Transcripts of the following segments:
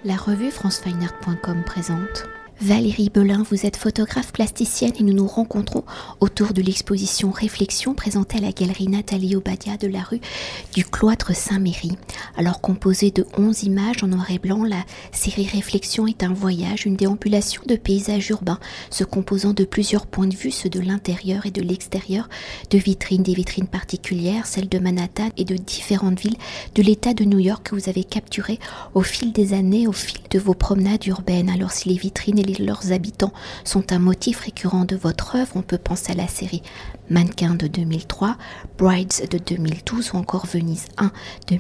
La revue francefineart.com présente Valérie Belin, vous êtes photographe plasticienne et nous nous rencontrons autour de l'exposition Réflexions présentée à la galerie Nathalie Obadia de la rue du Cloître Saint-Méry. Alors composée de 11 images en noir et blanc, la série Réflexions est un voyage, une déambulation de paysages urbains se composant de plusieurs points de vue, ceux de l'intérieur et de l'extérieur, de vitrines, des vitrines particulières, celles de Manhattan et de différentes villes de l'État de New York que vous avez capturées au fil des années, au fil de vos promenades urbaines. Alors si les vitrines et leurs habitants sont un motif récurrent de votre œuvre, on peut penser à la série Mannequin de 2003, Brides de 2012 ou encore Venise 1 de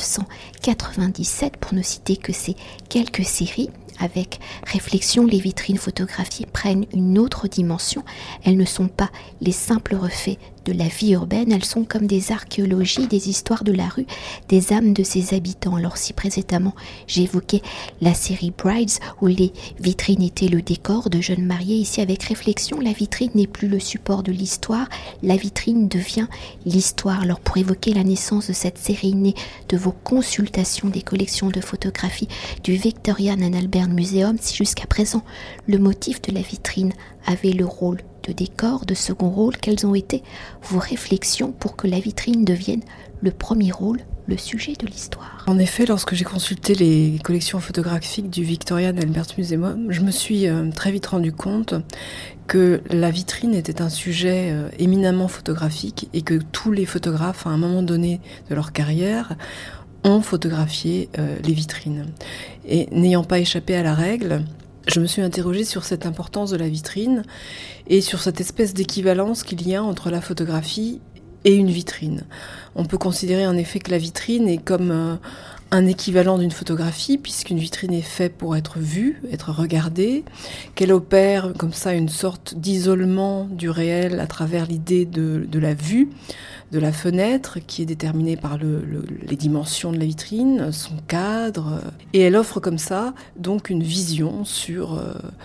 1997 pour ne citer que ces quelques séries. Avec Réflexions, les vitrines photographiées prennent une autre dimension. Elles ne sont pas les simples reflets de la vie urbaine, elles sont comme des archéologies, des histoires de la rue, des âmes de ses habitants. Alors si précédemment j'ai évoqué la série Brides où les vitrines étaient le décor de jeunes mariés, ici avec Réflexions, la vitrine n'est plus le support de l'histoire, la vitrine devient l'histoire. Alors pour évoquer la naissance de cette série née de vos consultations des collections de photographies du Victorian and Albert Museum, si jusqu'à présent le motif de la vitrine avait le rôle de décor, de second rôle, quelles ont été vos réflexions pour que la vitrine devienne le premier rôle, le sujet de l'histoire? En effet, lorsque j'ai consulté les collections photographiques du Victorian Albert Museum, je me suis très vite rendu compte que la vitrine était un sujet éminemment photographique et que tous les photographes, à un moment donné de leur carrière, ont photographié les vitrines. Et n'ayant pas échappé à la règle, je me suis interrogée sur cette importance de la vitrine et sur cette espèce d'équivalence qu'il y a entre la photographie et une vitrine. On peut considérer en effet que la vitrine est comme un équivalent d'une photographie, puisqu'une vitrine est faite pour être vue, être regardée, qu'elle opère comme ça une sorte d'isolement du réel à travers l'idée de la vue, de la fenêtre, qui est déterminée par les dimensions de la vitrine, son cadre, et elle offre comme ça donc une vision sur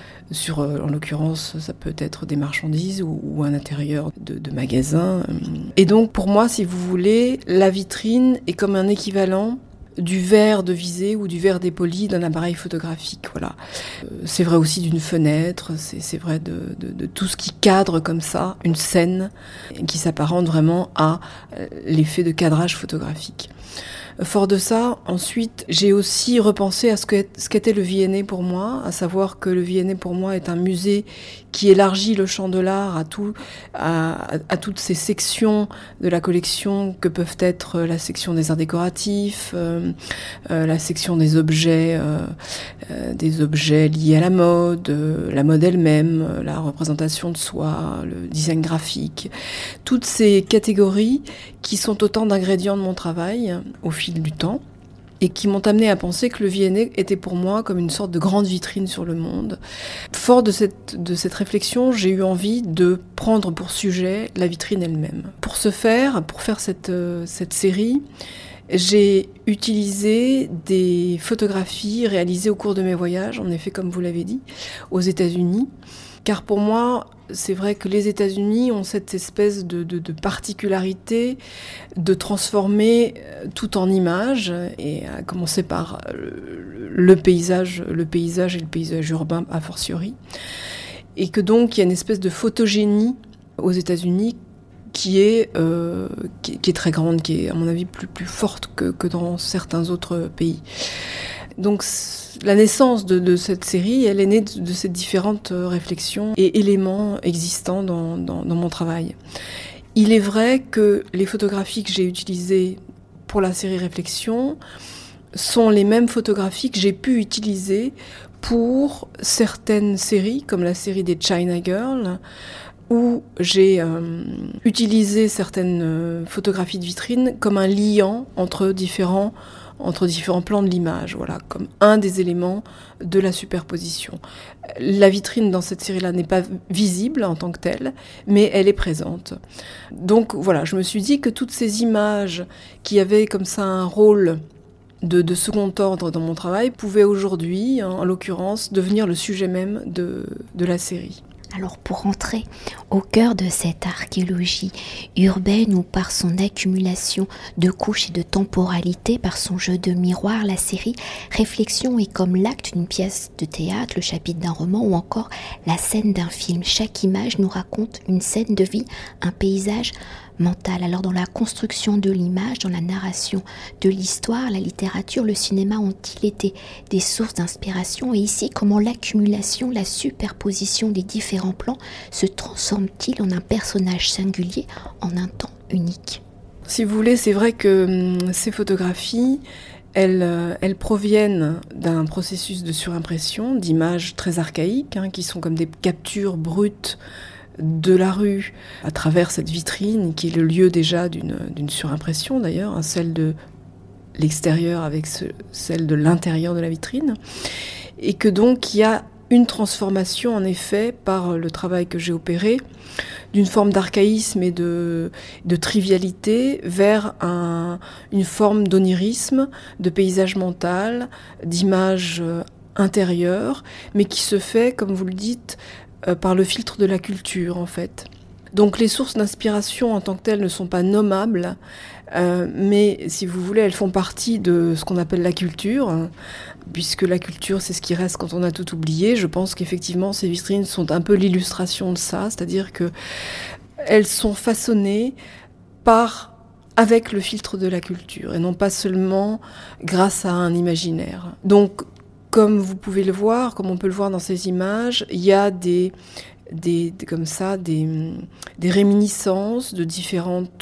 en l'occurrence, ça peut être des marchandises ou un intérieur de magasin. Et donc pour moi, si vous voulez, la vitrine est comme un équivalent du verre de visée ou du verre dépoli d'un appareil photographique. Voilà. C'est vrai aussi d'une fenêtre, c'est vrai de tout ce qui cadre comme ça une scène qui s'apparente vraiment à l'effet de cadrage photographique. Fort de ça, ensuite, j'ai aussi repensé à ce qu'était le V&A pour moi, à savoir que le V&A pour moi est un musée qui élargit le champ de l'art à toutes ces sections de la collection que peuvent être la section des arts décoratifs, la section des objets liés à la mode elle-même, la représentation de soi, le design graphique, toutes ces catégories qui sont autant d'ingrédients de mon travail au fil du temps et qui m'ont amené à penser que le V&A était pour moi comme une sorte de grande vitrine sur le monde. Fort de cette réflexion, j'ai eu envie de prendre pour sujet la vitrine elle-même. Pour faire cette série, j'ai utilisé des photographies réalisées au cours de mes voyages, en effet, comme vous l'avez dit, aux États-Unis. Car pour moi, c'est vrai que les États-Unis ont cette espèce de particularité de transformer tout en images, et à commencer par le paysage et le paysage urbain a fortiori. Et que donc il y a une espèce de photogénie aux États-Unis qui est très grande, qui est à mon avis plus forte que dans certains autres pays. Donc la naissance de cette série, elle est née de ces différentes réflexions et éléments existants dans mon travail. Il est vrai que les photographies que j'ai utilisées pour la série Réflexions sont les mêmes photographies que j'ai pu utiliser pour certaines séries, comme la série des China Girls, où j'ai utilisé certaines photographies de vitrine comme un liant entre différents plans de l'image, voilà, comme un des éléments de la superposition. La vitrine dans cette série-là n'est pas visible en tant que telle, mais elle est présente. Donc voilà, je me suis dit que toutes ces images qui avaient comme ça un rôle de second ordre dans mon travail pouvaient aujourd'hui, en l'occurrence, devenir le sujet même de la série. Alors pour entrer au cœur de cette archéologie urbaine où par son accumulation de couches et de temporalité, par son jeu de miroir, la série Réflexion est comme l'acte d'une pièce de théâtre, le chapitre d'un roman ou encore la scène d'un film. Chaque image nous raconte une scène de vie, un paysage mental. Alors dans la construction de l'image, dans la narration de l'histoire, la littérature, le cinéma ont-ils été des sources d'inspiration? Et ici, comment l'accumulation, la superposition des différents plans se transforme-t-il en un personnage singulier, en un temps unique? Si vous voulez, c'est vrai que ces photographies, elles proviennent d'un processus de surimpression d'images très archaïques, qui sont comme des captures brutes de la rue à travers cette vitrine qui est le lieu déjà d'une surimpression d'ailleurs, celle de l'extérieur avec celle de l'intérieur de la vitrine, et que donc il y a une transformation en effet par le travail que j'ai opéré d'une forme d'archaïsme et de trivialité vers une forme d'onirisme, de paysage mental, d'image intérieure, mais qui se fait, comme vous le dites, par le filtre de la culture en fait. Donc les sources d'inspiration en tant que telles ne sont pas nommables, mais si vous voulez, elles font partie de ce qu'on appelle la culture, puisque la culture c'est ce qui reste quand on a tout oublié. Je pense qu'effectivement ces vitrines sont un peu l'illustration de ça, c'est-à-dire que elles sont façonnées avec le filtre de la culture et non pas seulement grâce à un imaginaire. Donc comme vous pouvez le voir, comme on peut le voir dans ces images, il y a des réminiscences de différentes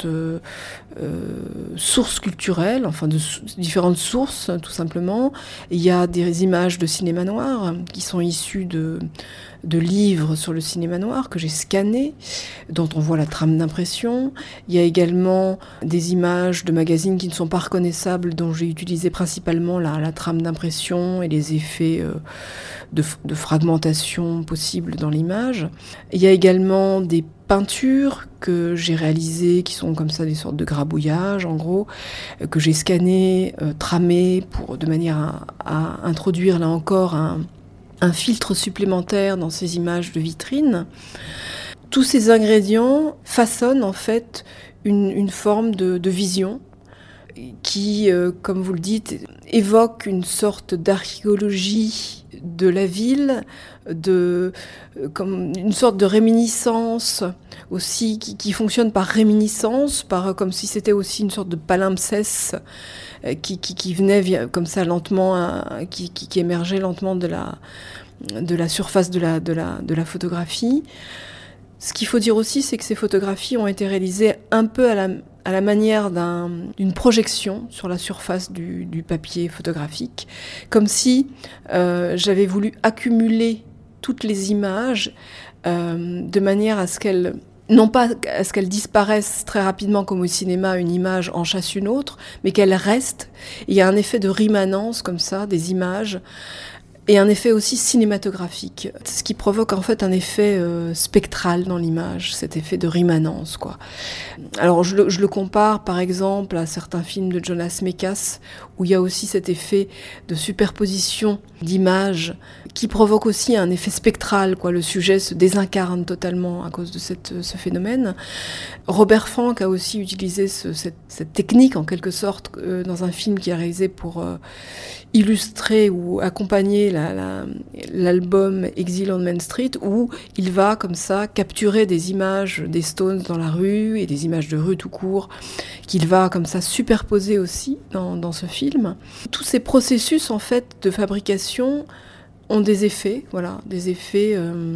sources culturelles, enfin de différentes sources tout simplement. Il y a des images de cinéma noir qui sont issues de livres sur le cinéma noir que j'ai scannés, dont on voit la trame d'impression. Il y a également des images de magazines qui ne sont pas reconnaissables, dont j'ai utilisé principalement la trame d'impression et les effets de fragmentation possibles dans l'image. Il y a également des peintures que j'ai réalisées, qui sont comme ça des sortes de grabouillages en gros, que j'ai scannées, tramées, de manière à introduire là encore un filtre supplémentaire dans ces images de vitrine. Tous ces ingrédients façonnent en fait une forme de vision qui, comme vous le dites, évoque une sorte d'archéologie de la ville, comme une sorte de réminiscence aussi qui fonctionne par réminiscence, comme si c'était aussi une sorte de palimpseste qui venait comme ça lentement, qui émergeait lentement de la surface de la photographie. Ce qu'il faut dire aussi, c'est que ces photographies ont été réalisées un peu à la manière d'une projection sur la surface du papier photographique, comme si j'avais voulu accumuler toutes les images de manière à ce qu'elles, non pas à ce qu'elles disparaissent très rapidement comme au cinéma, une image en chasse une autre, mais qu'elles restent. Il y a un effet de rimanence comme ça, des images, et un effet aussi cinématographique, ce qui provoque en fait un effet spectral dans l'image, cet effet de rimanence, quoi. Alors je le compare par exemple à certains films de Jonas Mekas, où il y a aussi cet effet de superposition d'images qui provoque aussi un effet spectral, quoi. Le sujet se désincarne totalement à cause de ce phénomène. Robert Frank a aussi utilisé cette technique en quelque sorte dans un film qu'il a réalisé pour illustrer ou accompagner l'album Exile on Main Street, où il va comme ça capturer des images des Stones dans la rue et des images de rue tout court, qu'il va comme ça superposer aussi dans ce film. Tous ces processus en fait de fabrication ont des effets, voilà, des effets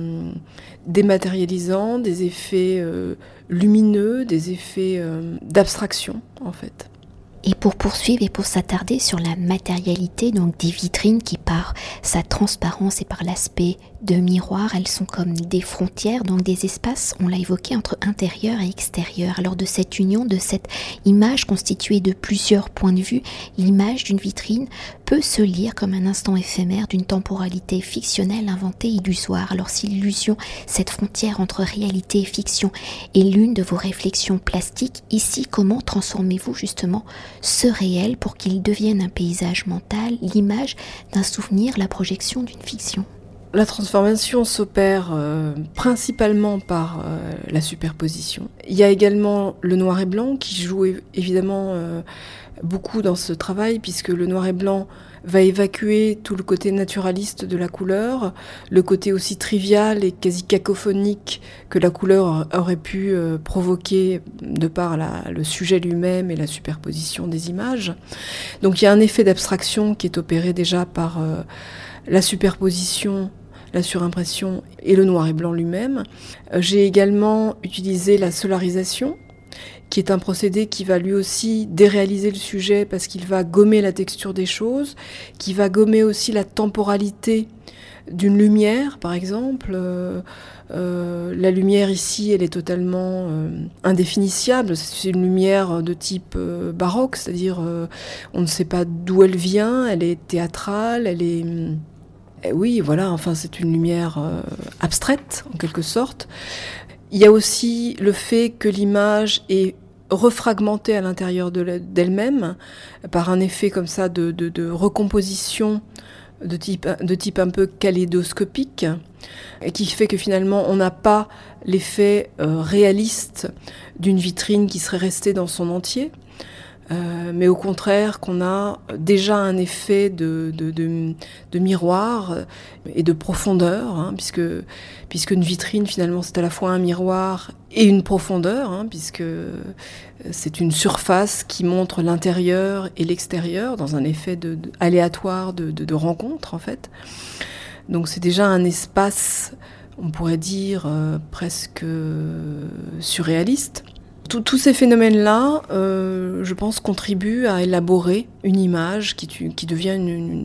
dématérialisants, des effets lumineux, des effets d'abstraction en fait. Et pour poursuivre et pour s'attarder sur la matérialité donc des vitrines qui par sa transparence et par l'aspect de miroir, elles sont comme des frontières, donc des espaces, on l'a évoqué, entre intérieur et extérieur. Alors de cette union, de cette image constituée de plusieurs points de vue, l'image d'une vitrine peut se lire comme un instant éphémère d'une temporalité fictionnelle inventée illusoire. Alors si l'illusion, cette frontière entre réalité et fiction, est l'une de vos réflexions plastiques, ici comment transformez-vous justement ce réel pour qu'il devienne un paysage mental, l'image d'un souvenir, la projection d'une fiction? La transformation s'opère principalement par la superposition. Il y a également le noir et blanc qui joue évidemment beaucoup dans ce travail, puisque le noir et blanc va évacuer tout le côté naturaliste de la couleur, le côté aussi trivial et quasi cacophonique que la couleur aurait pu provoquer de par le sujet lui-même et la superposition des images. Donc il y a un effet d'abstraction qui est opéré déjà par la superposition, la surimpression et le noir et blanc lui-même. J'ai également utilisé la solarisation, qui est un procédé qui va lui aussi déréaliser le sujet parce qu'il va gommer la texture des choses, qui va gommer aussi la temporalité d'une lumière, par exemple. La lumière ici, elle est totalement indéfinissable. C'est une lumière de type baroque, c'est-à-dire on ne sait pas d'où elle vient, elle est théâtrale, elle est... Oui, voilà, enfin c'est une lumière abstraite, en quelque sorte. Il y a aussi le fait que l'image est refragmentée à l'intérieur d'elle-même par un effet comme ça de recomposition de type un peu kaléidoscopique, et qui fait que finalement on n'a pas l'effet réaliste d'une vitrine qui serait restée dans son entier, mais au contraire qu'on a déjà un effet de miroir et de profondeur, hein, puisque une vitrine finalement c'est à la fois un miroir et une profondeur, hein, puisque c'est une surface qui montre l'intérieur et l'extérieur dans un effet aléatoire de rencontre en fait. Donc c'est déjà un espace, on pourrait dire, presque surréaliste. Tous ces phénomènes-là, je pense, contribuent à élaborer une image qui devient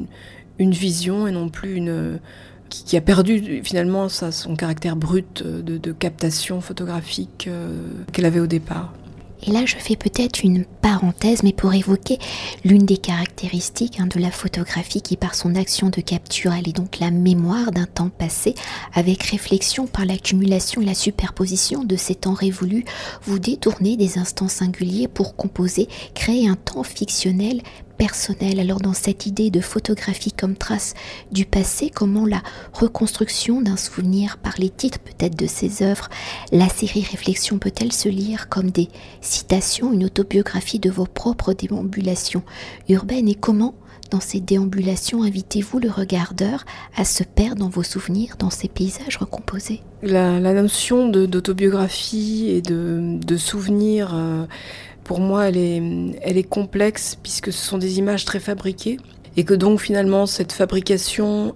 une vision et non plus qui a perdu finalement son caractère brut de captation photographique qu'elle avait au départ. Et là, je fais peut-être une parenthèse, mais pour évoquer l'une des caractéristiques de la photographie qui, par son action de capture, elle est donc la mémoire d'un temps passé, avec réflexion par l'accumulation et la superposition de ces temps révolus, vous détournez des instants singuliers pour composer, créer un temps fictionnel personnel. Alors dans cette idée de photographie comme trace du passé, comment la reconstruction d'un souvenir par les titres peut-être de ses œuvres, la série Réflexions peut-elle se lire comme des citations, une autobiographie de vos propres déambulations urbaines, et comment dans ces déambulations invitez-vous le regardeur à se perdre dans vos souvenirs, dans ces paysages recomposés? La notion d'autobiographie et de souvenir, pour moi, elle est complexe puisque ce sont des images très fabriquées et que donc finalement cette fabrication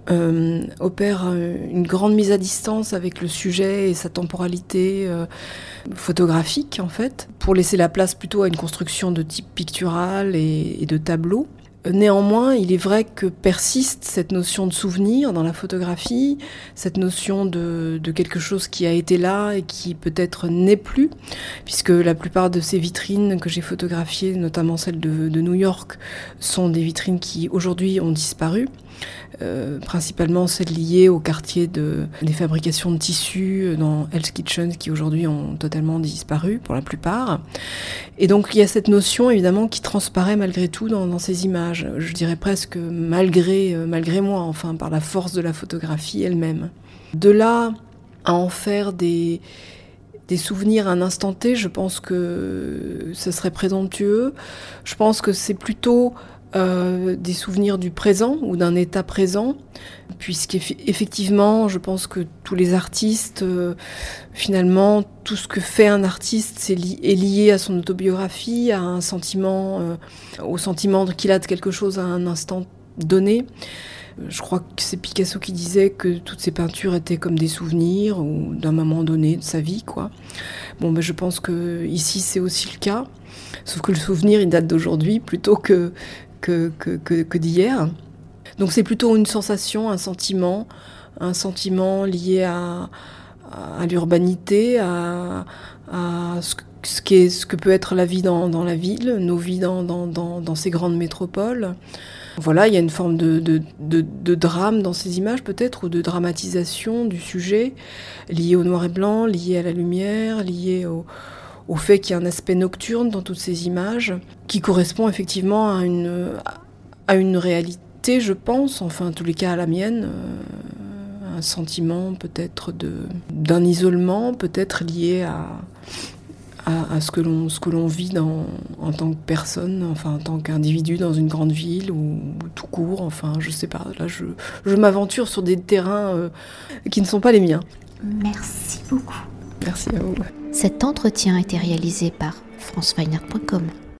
opère une grande mise à distance avec le sujet et sa temporalité photographique en fait, pour laisser la place plutôt à une construction de type pictural et de tableau. Néanmoins, il est vrai que persiste cette notion de souvenir dans la photographie, cette notion de quelque chose qui a été là et qui peut-être n'est plus, puisque la plupart de ces vitrines que j'ai photographiées, notamment celles de New York, sont des vitrines qui aujourd'hui ont disparu. Principalement celles liées au quartier des fabrications de tissus dans Hell's Kitchen qui aujourd'hui ont totalement disparu pour la plupart. Et donc il y a cette notion évidemment qui transparaît malgré tout dans ces images. Je dirais presque malgré moi, enfin par la force de la photographie elle-même. De là à en faire des souvenirs à un instant T, je pense que ce serait présomptueux. Je pense que c'est plutôt des souvenirs du présent ou d'un état présent, puisqu'effectivement, je pense que tous les artistes, finalement, tout ce que fait un artiste est lié à son autobiographie, à un sentiment, au sentiment qu'il a de quelque chose à un instant donné. Je crois que c'est Picasso qui disait que toutes ses peintures étaient comme des souvenirs ou d'un moment donné de sa vie, quoi. Bon, je pense que ici c'est aussi le cas, sauf que le souvenir il date d'aujourd'hui plutôt que d'hier. Donc c'est plutôt une sensation, un sentiment lié à l'urbanité, à ce que peut être la vie dans la ville, nos vies dans ces grandes métropoles. Voilà, il y a une forme de drame dans ces images peut-être, ou de dramatisation du sujet, lié au noir et blanc, lié à la lumière, lié au fait qu'il y a un aspect nocturne dans toutes ces images, qui correspond effectivement à une réalité, je pense, enfin en tous les cas à la mienne, un sentiment peut-être d'un isolement, peut-être lié à ce que l'on vit en tant que personne, enfin en tant qu'individu dans une grande ville ou tout court, enfin je sais pas, là je m'aventure sur des terrains qui ne sont pas les miens. Merci beaucoup. Merci à vous. Cet entretien a été réalisé par franceweiner.com.